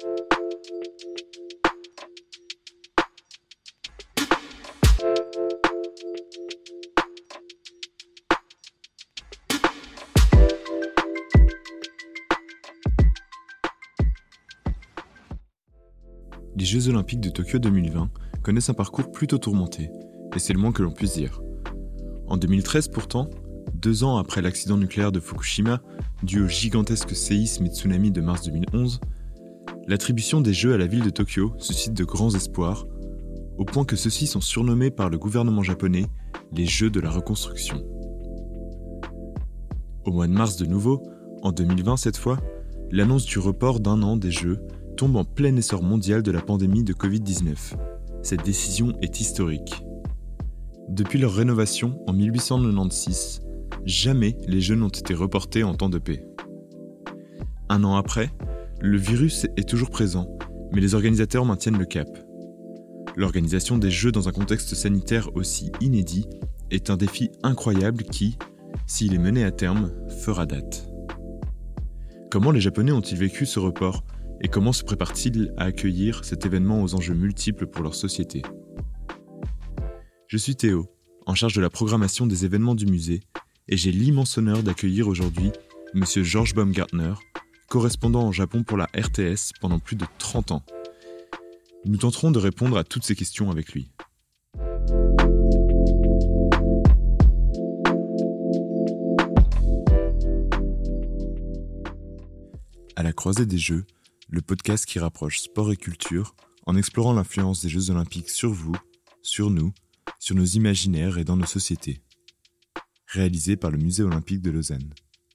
Les Jeux Olympiques de Tokyo 2020 connaissent un parcours plutôt tourmenté, et c'est le moins que l'on puisse dire. En 2013 pourtant, 2 ans après l'accident nucléaire de Fukushima, dû au gigantesque séisme et tsunami de mars 2011, l'attribution des Jeux à la ville de Tokyo suscite de grands espoirs, au point que ceux-ci sont surnommés par le gouvernement japonais les Jeux de la reconstruction. Au mois de mars de nouveau, en 2020 cette fois, l'annonce du report d'1 an des Jeux tombe en plein essor mondial de la pandémie de Covid-19. Cette décision est historique. Depuis leur rénovation en 1896, jamais les Jeux n'ont été reportés en temps de paix. 1 an après, le virus est toujours présent, mais les organisateurs maintiennent le cap. L'organisation des Jeux dans un contexte sanitaire aussi inédit est un défi incroyable qui, s'il est mené à terme, fera date. Comment les Japonais ont-ils vécu ce report ? Et comment se préparent-ils à accueillir cet événement aux enjeux multiples pour leur société ? Je suis Théo, en charge de la programmation des événements du musée, et j'ai l'immense honneur d'accueillir aujourd'hui M. George Baumgartner, correspondant au Japon pour la RTS pendant plus de 30 ans. Nous tenterons de répondre à toutes ces questions avec lui. À la croisée des Jeux, le podcast qui rapproche sport et culture en explorant l'influence des Jeux Olympiques sur vous, sur nous, sur nos imaginaires et dans nos sociétés. Réalisé par le Musée Olympique de Lausanne.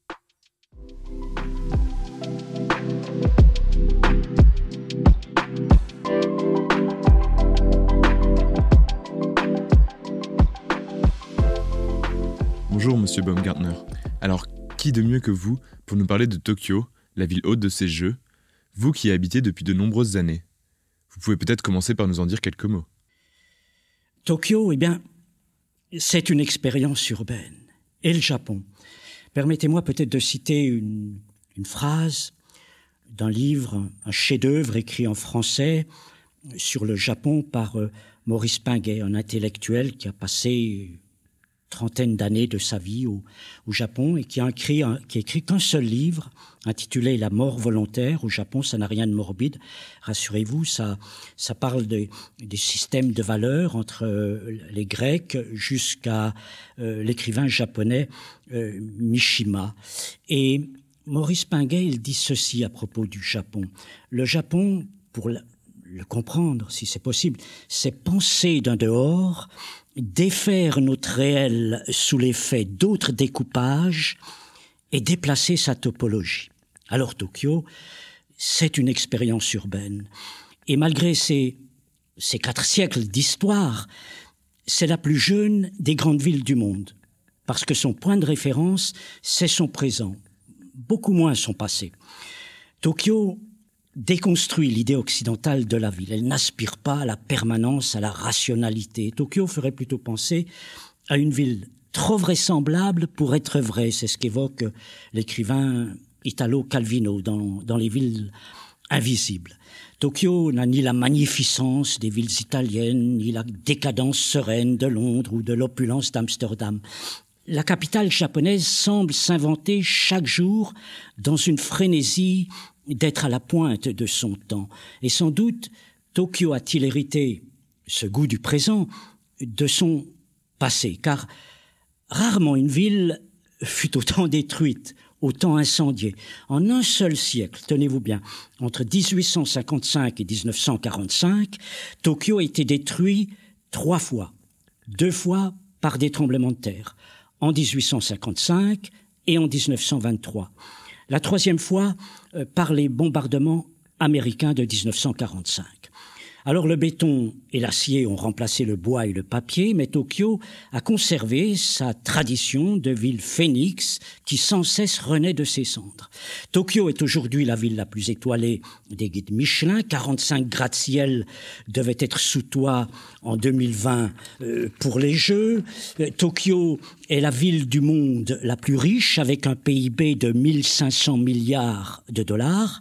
Bonjour Monsieur Baumgartner. Alors, qui de mieux que vous pour nous parler de Tokyo, la ville hôte de ces Jeux, vous qui y habitez depuis de nombreuses années? Vous pouvez peut-être commencer par nous en dire quelques mots. Tokyo, c'est une expérience urbaine. Et le Japon. Permettez-moi peut-être de citer une phrase d'un livre, un chef-d'œuvre écrit en français sur le Japon par Maurice Pinguet, un intellectuel qui a passé 30 d'années de sa vie au Japon et qui a écrit qu'un seul livre intitulé « La mort volontaire » au Japon. Ça n'a rien de morbide, rassurez-vous, ça parle des systèmes de valeurs entre les Grecs jusqu'à l'écrivain japonais Mishima. Et Maurice Pinguet, il dit ceci à propos du Japon. Le Japon, pour le comprendre, si c'est possible, c'est penser d'un dehors, défaire notre réel sous l'effet d'autres découpages et déplacer sa topologie. Alors Tokyo, c'est une expérience urbaine. Et malgré ces 4 siècles d'histoire, c'est la plus jeune des grandes villes du monde. Parce que son point de référence, c'est son présent. Beaucoup moins son passé. Tokyo déconstruit l'idée occidentale de la ville. Elle n'aspire pas à la permanence, à la rationalité. Tokyo ferait plutôt penser à une ville trop vraisemblable pour être vraie. C'est ce qu'évoque l'écrivain Italo Calvino dans Les villes invisibles. Tokyo n'a ni la magnificence des villes italiennes, ni la décadence sereine de Londres ou de l'opulence d'Amsterdam. La capitale japonaise semble s'inventer chaque jour dans une frénésie d'être à la pointe de son temps. Et sans doute, Tokyo a-t-il hérité ce goût du présent de son passé, car rarement une ville fut autant détruite, autant incendiée. En un seul siècle, tenez-vous bien, entre 1855 et 1945, Tokyo a été détruit 3 fois, 2 fois par des tremblements de terre, en 1855 et en 1923. La 3e fois par les bombardements américains de 1945. Alors le béton et l'acier ont remplacé le bois et le papier, mais Tokyo a conservé sa tradition de ville phénix qui sans cesse renaît de ses cendres. Tokyo est aujourd'hui la ville la plus étoilée des guides Michelin. 45 gratte-ciel devaient être sous toit en 2020 pour les Jeux. Tokyo est la ville du monde la plus riche avec un PIB de 1500 milliards de dollars.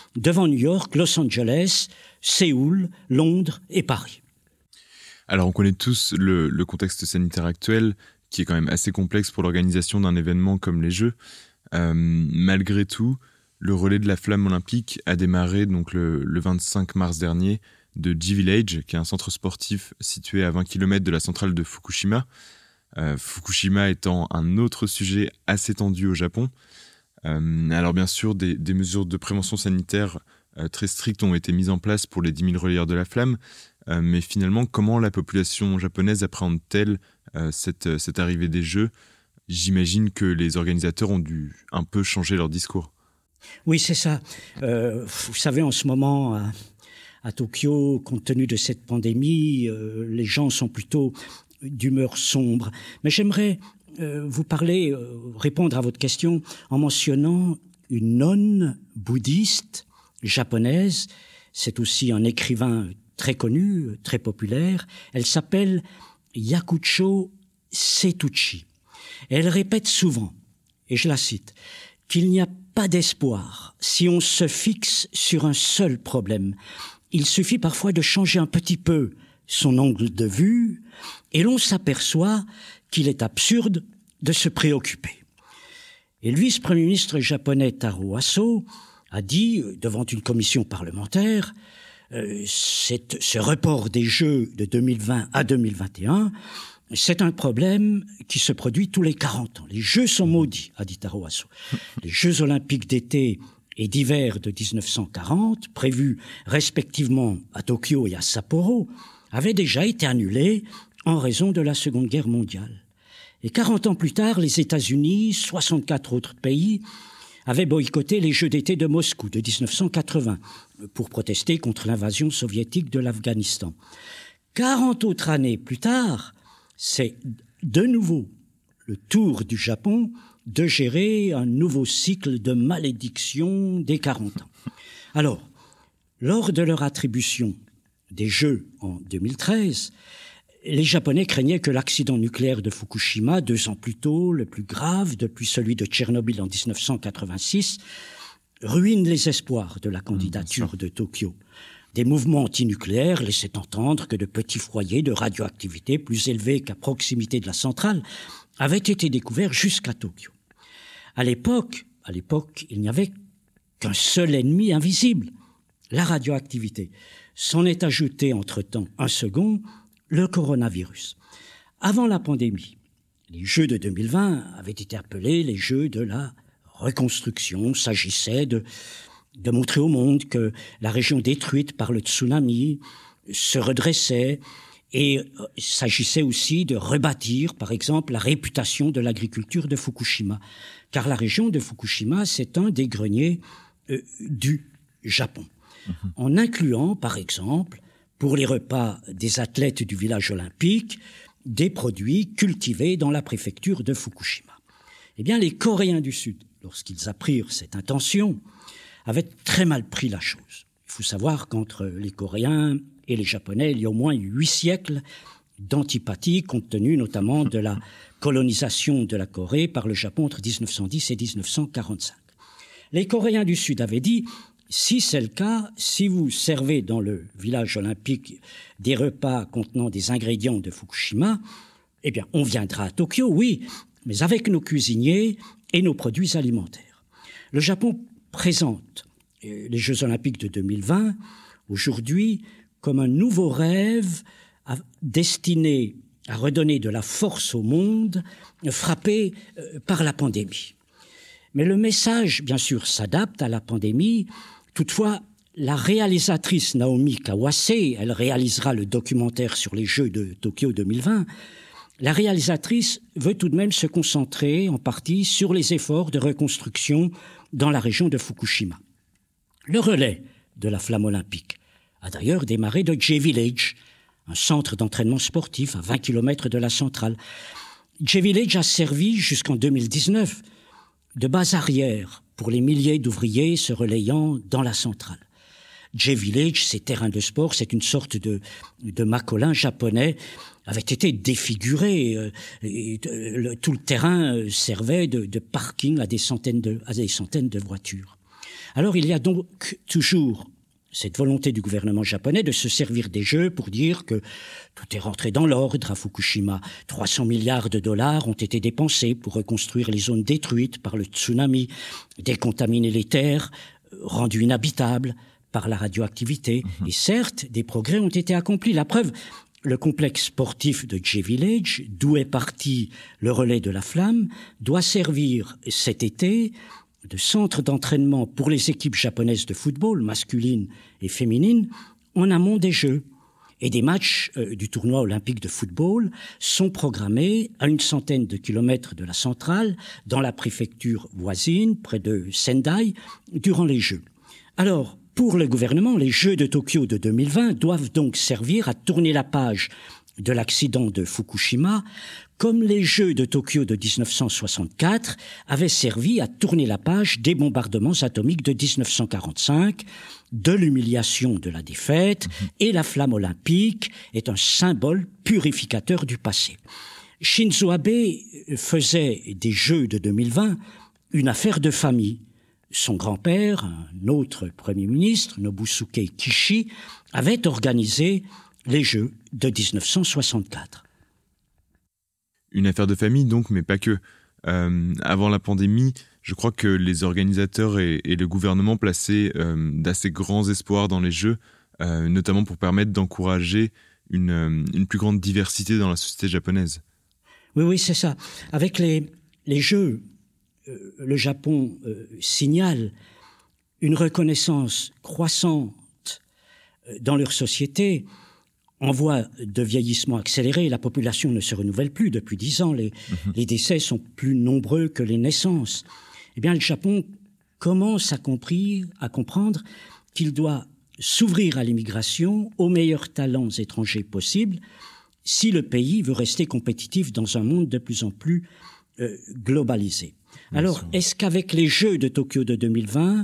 devant New York, Los Angeles, Séoul, Londres et Paris. Alors on connaît tous le contexte sanitaire actuel, qui est quand même assez complexe pour l'organisation d'un événement comme les Jeux. Malgré tout, le relais de la flamme olympique a démarré donc le 25 mars dernier de J-Village, qui est un centre sportif situé à 20 km de la centrale de Fukushima. Fukushima étant un autre sujet assez tendu au Japon. Alors bien sûr, des mesures de prévention sanitaire très strictes ont été mises en place pour les 10 000 relayeurs de la flamme. Mais finalement, comment la population japonaise appréhende-t-elle cette arrivée des Jeux ? J'imagine que les organisateurs ont dû un peu changer leur discours. Oui, c'est ça. Vous savez, en ce moment, à Tokyo, compte tenu de cette pandémie, les gens sont plutôt d'humeur sombre. Mais j'aimerais vous parler, répondre à votre question en mentionnant une nonne bouddhiste japonaise. C'est aussi un écrivain très connu, très populaire. Elle s'appelle Yakucho Setouchi. Elle répète souvent, et je la cite, qu'il n'y a pas d'espoir si on se fixe sur un seul problème. Il suffit parfois de changer un petit peu son angle de vue et l'on s'aperçoit qu'il est absurde de se préoccuper. Et le vice-premier ministre japonais Taro Aso a dit devant une commission parlementaire ce report des Jeux de 2020 à 2021, c'est un problème qui se produit tous les 40 ans. Les Jeux sont maudits, a dit Taro Aso. Les Jeux olympiques d'été et d'hiver de 1940, prévus respectivement à Tokyo et à Sapporo, avaient déjà été annulés en raison de la Seconde Guerre mondiale. Et 40 ans plus tard, les États-Unis, 64 autres pays, avaient boycotté les Jeux d'été de Moscou de 1980 pour protester contre l'invasion soviétique de l'Afghanistan. 40 autres années plus tard, c'est de nouveau le tour du Japon de gérer un nouveau cycle de malédiction des 40 ans. Alors, lors de leur attribution des Jeux en 2013, les Japonais craignaient que l'accident nucléaire de Fukushima, 2 ans plus tôt, le plus grave depuis celui de Tchernobyl en 1986, ruine les espoirs de la candidature de Tokyo. Des mouvements antinucléaires laissaient entendre que de petits foyers de radioactivité plus élevés qu'à proximité de la centrale avaient été découverts jusqu'à Tokyo. À l'époque, il n'y avait qu'un seul ennemi invisible, la radioactivité. S'en est ajouté entre-temps un second, le coronavirus. Avant la pandémie, les Jeux de 2020 avaient été appelés les Jeux de la reconstruction. Il s'agissait de montrer au monde que la région détruite par le tsunami se redressait, et il s'agissait aussi de rebâtir, par exemple, la réputation de l'agriculture de Fukushima. Car la région de Fukushima, c'est un des greniers du Japon. En incluant, par exemple, pour les repas des athlètes du village olympique, des produits cultivés dans la préfecture de Fukushima. Eh bien, les Coréens du Sud, lorsqu'ils apprirent cette intention, avaient très mal pris la chose. Il faut savoir qu'entre les Coréens et les Japonais, il y a au moins 8 siècles d'antipathie, compte tenu notamment de la colonisation de la Corée par le Japon entre 1910 et 1945. Les Coréens du Sud avaient dit, si c'est le cas, si vous servez dans le village olympique des repas contenant des ingrédients de Fukushima, eh bien, on viendra à Tokyo, oui, mais avec nos cuisiniers et nos produits alimentaires. Le Japon présente les Jeux olympiques de 2020, aujourd'hui, comme un nouveau rêve destiné à redonner de la force au monde frappé par la pandémie. Mais le message, bien sûr, s'adapte à la pandémie. Toutefois, la réalisatrice Naomi Kawase, elle réalisera le documentaire sur les Jeux de Tokyo 2020, la réalisatrice veut tout de même se concentrer en partie sur les efforts de reconstruction dans la région de Fukushima. Le relais de la flamme olympique a d'ailleurs démarré de J-Village, un centre d'entraînement sportif à 20 km de la centrale. J-Village a servi jusqu'en 2019 de base arrière pour les milliers d'ouvriers se relayant dans la centrale. J-Village, ces terrains de sport, c'est une sorte de Macolin japonais, avait été défiguré. Tout le terrain servait de parking à des centaines de voitures. Alors il y a donc toujours cette volonté du gouvernement japonais de se servir des Jeux pour dire que tout est rentré dans l'ordre à Fukushima. 300 milliards de dollars ont été dépensés pour reconstruire les zones détruites par le tsunami, décontaminer les terres, rendues inhabitables par la radioactivité. Et certes, des progrès ont été accomplis. La preuve, le complexe sportif de J-Village, d'où est parti le relais de la flamme, doit servir cet été de centre d'entraînement pour les équipes japonaises de football, masculines et féminines, en amont des Jeux. Et des matchs du tournoi olympique de football sont programmés à une centaine de kilomètres de la centrale, dans la préfecture voisine, près de Sendai, durant les Jeux. Alors, pour le gouvernement, les Jeux de Tokyo de 2020 doivent donc servir à tourner la page de l'accident de Fukushima, comme les Jeux de Tokyo de 1964 avaient servi à tourner la page des bombardements atomiques de 1945, de l'humiliation de la défaite, et la flamme olympique est un symbole purificateur du passé. Shinzo Abe faisait des Jeux de 2020 une affaire de famille. Son grand-père, un autre Premier ministre, Nobusuke Kishi, avait organisé les Jeux de 1964. Une affaire de famille donc, mais pas que. Avant la pandémie, je crois que les organisateurs et le gouvernement plaçaient d'assez grands espoirs dans les Jeux, notamment pour permettre d'encourager une plus grande diversité dans la société japonaise. Oui, c'est ça. Avec les Jeux, le Japon signale une reconnaissance croissante dans leur société. En voie de vieillissement accéléré, la population ne se renouvelle plus depuis 10 ans. Les décès sont plus nombreux que les naissances. Eh bien, le Japon commence à comprendre qu'il doit s'ouvrir à l'immigration, aux meilleurs talents étrangers possibles, si le pays veut rester compétitif dans un monde de plus en plus globalisé. Alors, est-ce qu'avec les Jeux de Tokyo de 2020,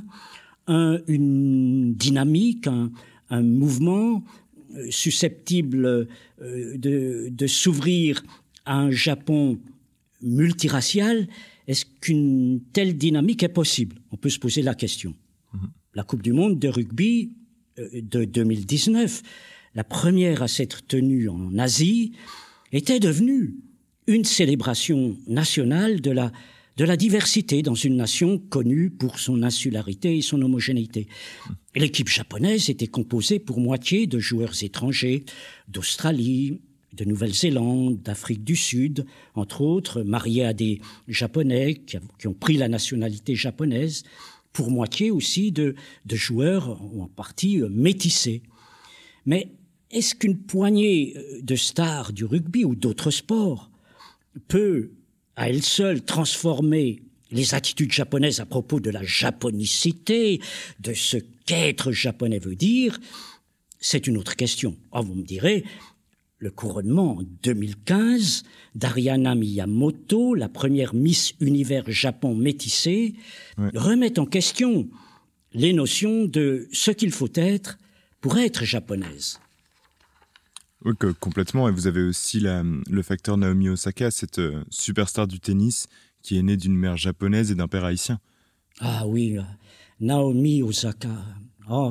une dynamique, un mouvement susceptible de s'ouvrir à un Japon multiracial, est-ce qu'une telle dynamique est possible? On peut se poser la question. La Coupe du monde de rugby de 2019, la première à s'être tenue en Asie, était devenue une célébration nationale de la diversité dans une nation connue pour son insularité et son homogénéité. L'équipe japonaise était composée pour moitié de joueurs étrangers d'Australie, de Nouvelle-Zélande, d'Afrique du Sud, entre autres, mariés à des Japonais qui ont pris la nationalité japonaise, pour moitié aussi de joueurs en partie métissés. Mais est-ce qu'une poignée de stars du rugby ou d'autres sports peut, à elle seule, transformer les attitudes japonaises à propos de la japonicité, de ce qu'être japonais veut dire? C'est une autre question. Oh, vous me direz, le couronnement en 2015 d'Ariana Miyamoto, la première Miss Univers Japon métissée, remet en question les notions de ce qu'il faut être pour être japonaise. Oui, complètement. Et vous avez aussi le facteur Naomi Osaka, cette superstar du tennis qui est née d'une mère japonaise et d'un père haïtien. Ah oui, Naomi Osaka. Oh,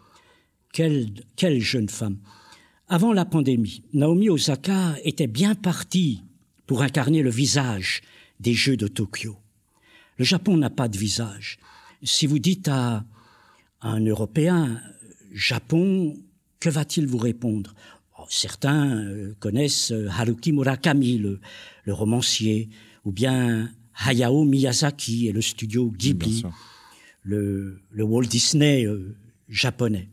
quelle jeune femme. Avant la pandémie, Naomi Osaka était bien partie pour incarner le visage des Jeux de Tokyo. Le Japon n'a pas de visage. Si vous dites à un Européen « Japon », que va-t-il vous répondre? Certains connaissent Haruki Murakami, le romancier, ou bien Hayao Miyazaki et le studio Ghibli, le Walt Disney japonais.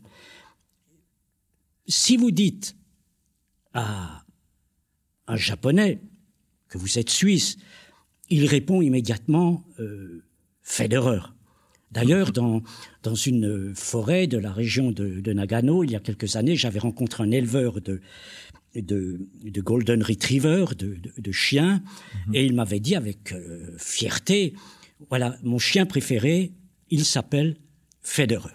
Si vous dites à un Japonais que vous êtes Suisse, il répond immédiatement Federer. D'ailleurs, dans une forêt de la région de Nagano, il y a quelques années, j'avais rencontré un éleveur de Golden Retriever, de chiens, et il m'avait dit avec fierté, voilà, mon chien préféré, il s'appelle Federer.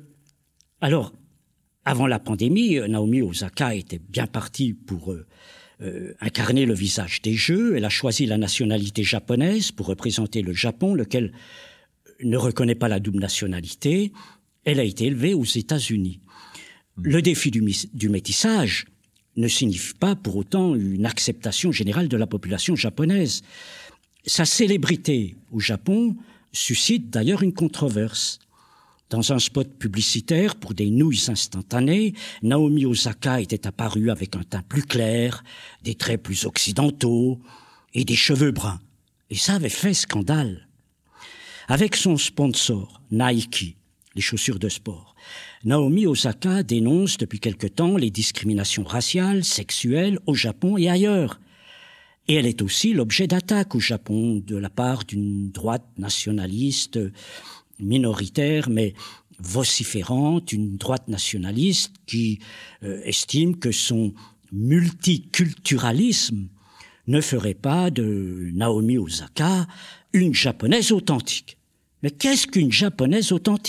Alors, avant la pandémie, Naomi Osaka était bien partie pour incarner le visage des Jeux. Elle a choisi la nationalité japonaise pour représenter le Japon, lequel ne reconnaît pas la double nationalité. Elle a été élevée aux États-Unis. Le défi du métissage ne signifie pas pour autant une acceptation générale de la population japonaise. Sa célébrité au Japon suscite d'ailleurs une controverse. Dans un spot publicitaire pour des nouilles instantanées, Naomi Osaka était apparue avec un teint plus clair, des traits plus occidentaux et des cheveux bruns. Et ça avait fait scandale. Avec son sponsor, Nike, les chaussures de sport, Naomi Osaka dénonce depuis quelque temps les discriminations raciales, sexuelles au Japon et ailleurs. Et elle est aussi l'objet d'attaques au Japon de la part d'une droite nationaliste minoritaire, mais vociférante, une droite nationaliste qui estime que son multiculturalisme ne ferait pas de Naomi Osaka une japonaise authentique. Mais qu'est-ce qu'une japonaise authentique ?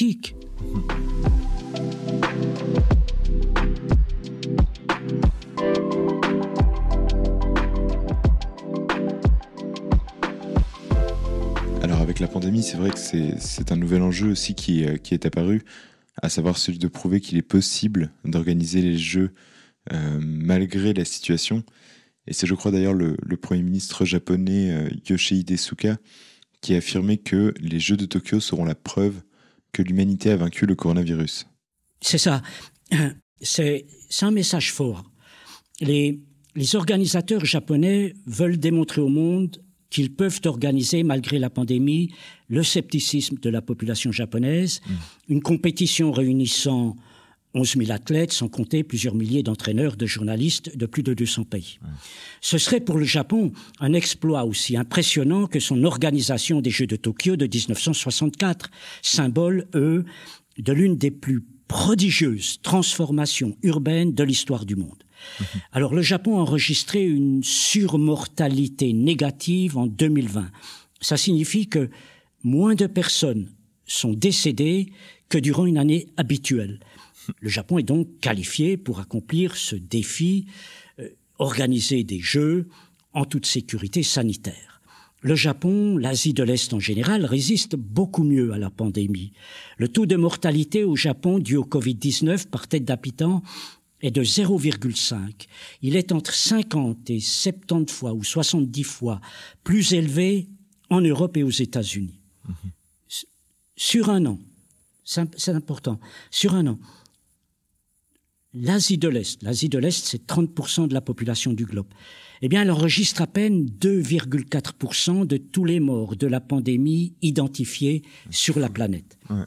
Alors avec la pandémie, c'est vrai que c'est un nouvel enjeu aussi qui est apparu, à savoir celui de prouver qu'il est possible d'organiser les Jeux malgré la situation. Et c'est, je crois d'ailleurs, le Premier ministre japonais Yoshihide Suga qui a affirmé que les Jeux de Tokyo seront la preuve que l'humanité a vaincu le coronavirus. C'est ça. C'est un message fort. Les organisateurs japonais veulent démontrer au monde qu'ils peuvent organiser, malgré la pandémie, le scepticisme de la population japonaise, une compétition réunissant 11 000 athlètes, sans compter plusieurs milliers d'entraîneurs, de journalistes de plus de 200 pays. Ce serait pour le Japon un exploit aussi impressionnant que son organisation des Jeux de Tokyo de 1964, symbole, de l'une des plus prodigieuses transformations urbaines de l'histoire du monde. Alors, le Japon a enregistré une surmortalité négative en 2020. Ça signifie que moins de personnes sont décédées que durant une année habituelle. Le Japon est donc qualifié pour accomplir ce défi, organiser des Jeux en toute sécurité sanitaire. Le Japon, l'Asie de l'Est en général, résiste beaucoup mieux à la pandémie. Le taux de mortalité au Japon dû au Covid-19 par tête d'habitant est de 0,5. Il est entre 50 et 70 fois ou 70 fois plus élevé en Europe et aux États-Unis. Sur un an, c'est important, sur un an, l'Asie de l'Est, c'est 30% de la population du globe, eh bien, elle enregistre à peine 2,4% de tous les morts de la pandémie identifiés sur la planète. Ouais.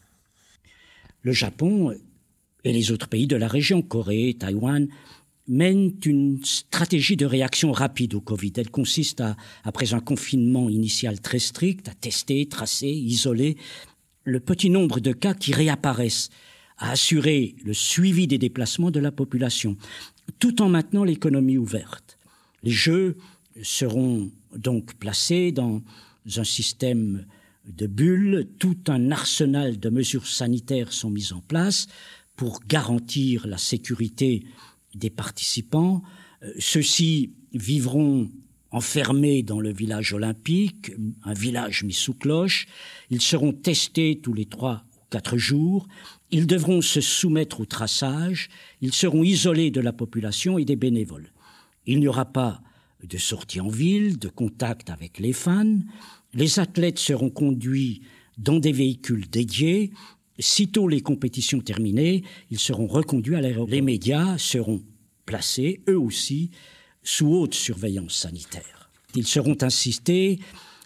Le Japon et les autres pays de la région, Corée, Taïwan, mènent une stratégie de réaction rapide au Covid. Elle consiste après un confinement initial très strict, à tester, tracer, isoler le petit nombre de cas qui réapparaissent, à assurer le suivi des déplacements de la population, tout en maintenant l'économie ouverte. Les Jeux seront donc placés dans un système de bulles. Tout un arsenal de mesures sanitaires sont mises en place pour garantir la sécurité des participants. Ceux-ci vivront enfermés dans le village olympique, un village mis sous cloche. Ils seront testés tous les 3 ou 4 jours. Ils devront se soumettre au traçage. Ils seront isolés de la population et des bénévoles. Il n'y aura pas de sortie en ville, de contact avec les fans. Les athlètes seront conduits dans des véhicules dédiés. Sitôt les compétitions terminées, ils seront reconduits à l'aéroport. Les médias seront placés, eux aussi, sous haute surveillance sanitaire. Ils seront incités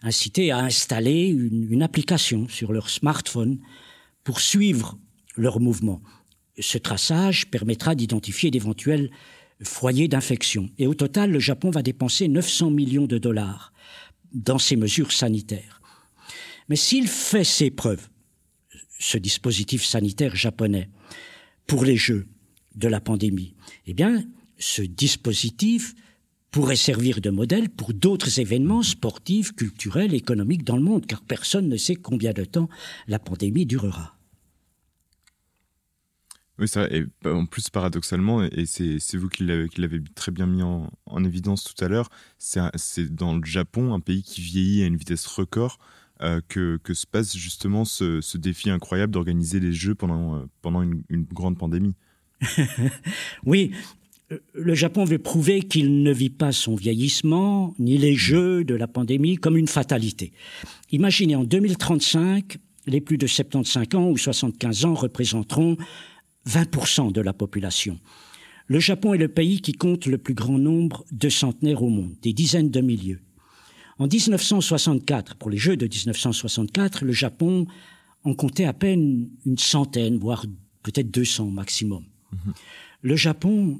à installer une application sur leur smartphone pour suivre leurs mouvements. Ce traçage permettra d'identifier d'éventuels foyers d'infection. Et au total, le Japon va dépenser 900 millions de dollars dans ces mesures sanitaires. Mais s'il fait ses preuves, ce dispositif sanitaire japonais, pour les Jeux de la pandémie, eh bien, ce dispositif pourrait servir de modèle pour d'autres événements sportifs, culturels, économiques dans le monde, car personne ne sait combien de temps la pandémie durera. Oui, c'est vrai. Et en plus, paradoxalement, et c'est vous qui l'avez très bien mis en évidence tout à l'heure, c'est dans le Japon, un pays qui vieillit à une vitesse record, que se passe justement ce défi incroyable d'organiser les Jeux pendant une grande pandémie. Oui, le Japon veut prouver qu'il ne vit pas son vieillissement, ni les Jeux de la pandémie, comme une fatalité. Imaginez, en 2035, les plus de 75 ans ou 75 ans représenteront 20% de la population. Le Japon est le pays qui compte le plus grand nombre de centenaires au monde, des dizaines de milliers. En 1964, pour les Jeux de 1964, le Japon en comptait à peine une centaine, voire peut-être 200 maximum. Le Japon,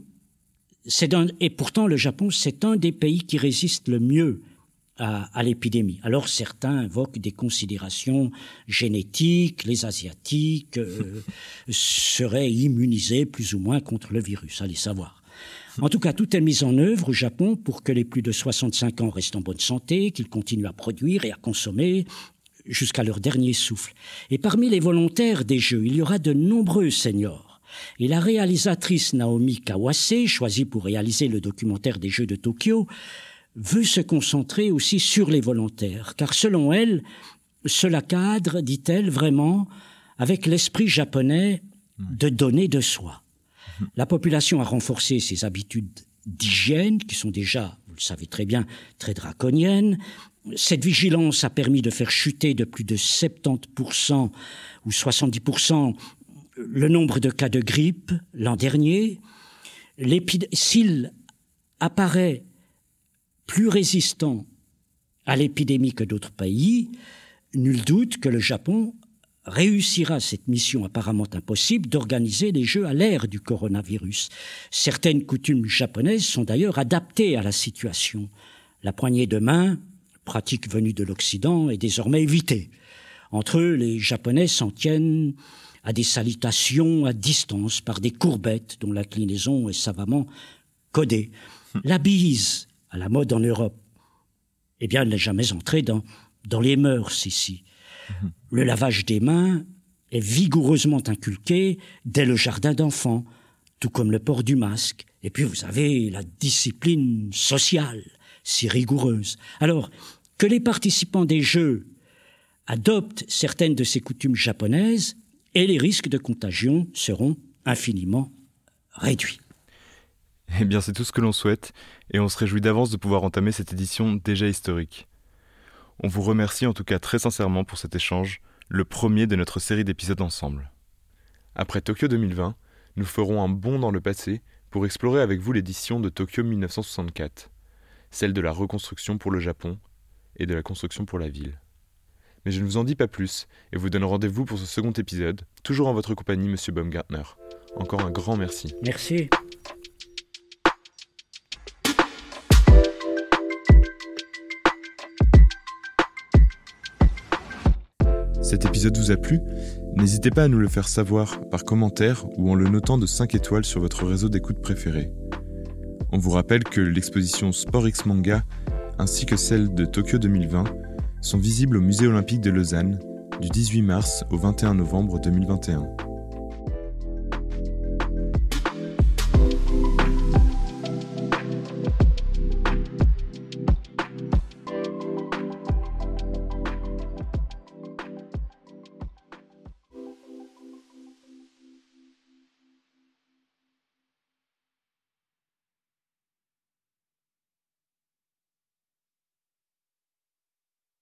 et pourtant le Japon, c'est un des pays qui résiste le mieux à l'épidémie. Alors certains invoquent des considérations génétiques, les Asiatiques seraient immunisés plus ou moins contre le virus, allez savoir. En tout cas, tout est mis en œuvre au Japon pour que les plus de 65 ans restent en bonne santé, qu'ils continuent à produire et à consommer jusqu'à leur dernier souffle. Et parmi les volontaires des Jeux, il y aura de nombreux seniors. Et la réalisatrice Naomi Kawase, choisie pour réaliser le documentaire des Jeux de Tokyo, veut se concentrer aussi sur les volontaires, car selon elle, cela cadre, dit-elle, vraiment avec l'esprit japonais de donner de soi. La population a renforcé ses habitudes d'hygiène, qui sont déjà, vous le savez très bien, très draconiennes. Cette vigilance a permis de faire chuter de plus de 70% ou 70% le nombre de cas de grippe l'an dernier. S'il apparaît plus résistant à l'épidémie que d'autres pays, nul doute que le Japon réussira cette mission apparemment impossible d'organiser les Jeux à l'ère du coronavirus. Certaines coutumes japonaises sont d'ailleurs adaptées à la situation. La poignée de main, pratique venue de l'Occident, est désormais évitée. Entre eux, les Japonais s'en tiennent à des salutations à distance par des courbettes dont l'inclinaison est savamment codée. La bise, à la mode en Europe, eh bien, elle n'est jamais entrée dans les mœurs ici. Le lavage des mains est vigoureusement inculqué dès le jardin d'enfants, tout comme le port du masque. Et puis vous avez la discipline sociale, si rigoureuse. Alors, que les participants des Jeux adoptent certaines de ces coutumes japonaises, et les risques de contagion seront infiniment réduits. Eh bien, c'est tout ce que l'on souhaite, et on se réjouit d'avance de pouvoir entamer cette édition déjà historique. On vous remercie en tout cas très sincèrement pour cet échange, le premier de notre série d'épisodes ensemble. Après Tokyo 2020, nous ferons un bond dans le passé pour explorer avec vous l'édition de Tokyo 1964, celle de la reconstruction pour le Japon et de la construction pour la ville. Mais je ne vous en dis pas plus et vous donne rendez-vous pour ce second épisode, toujours en votre compagnie, Monsieur Baumgartner. Encore un grand merci. Merci. Cet épisode vous a plu ? N'hésitez pas à nous le faire savoir par commentaire ou en le notant de 5 étoiles sur votre réseau d'écoute préféré. On vous rappelle que l'exposition Sport X Manga ainsi que celle de Tokyo 2020 sont visibles au Musée Olympique de Lausanne du 18 mars au 21 novembre 2021.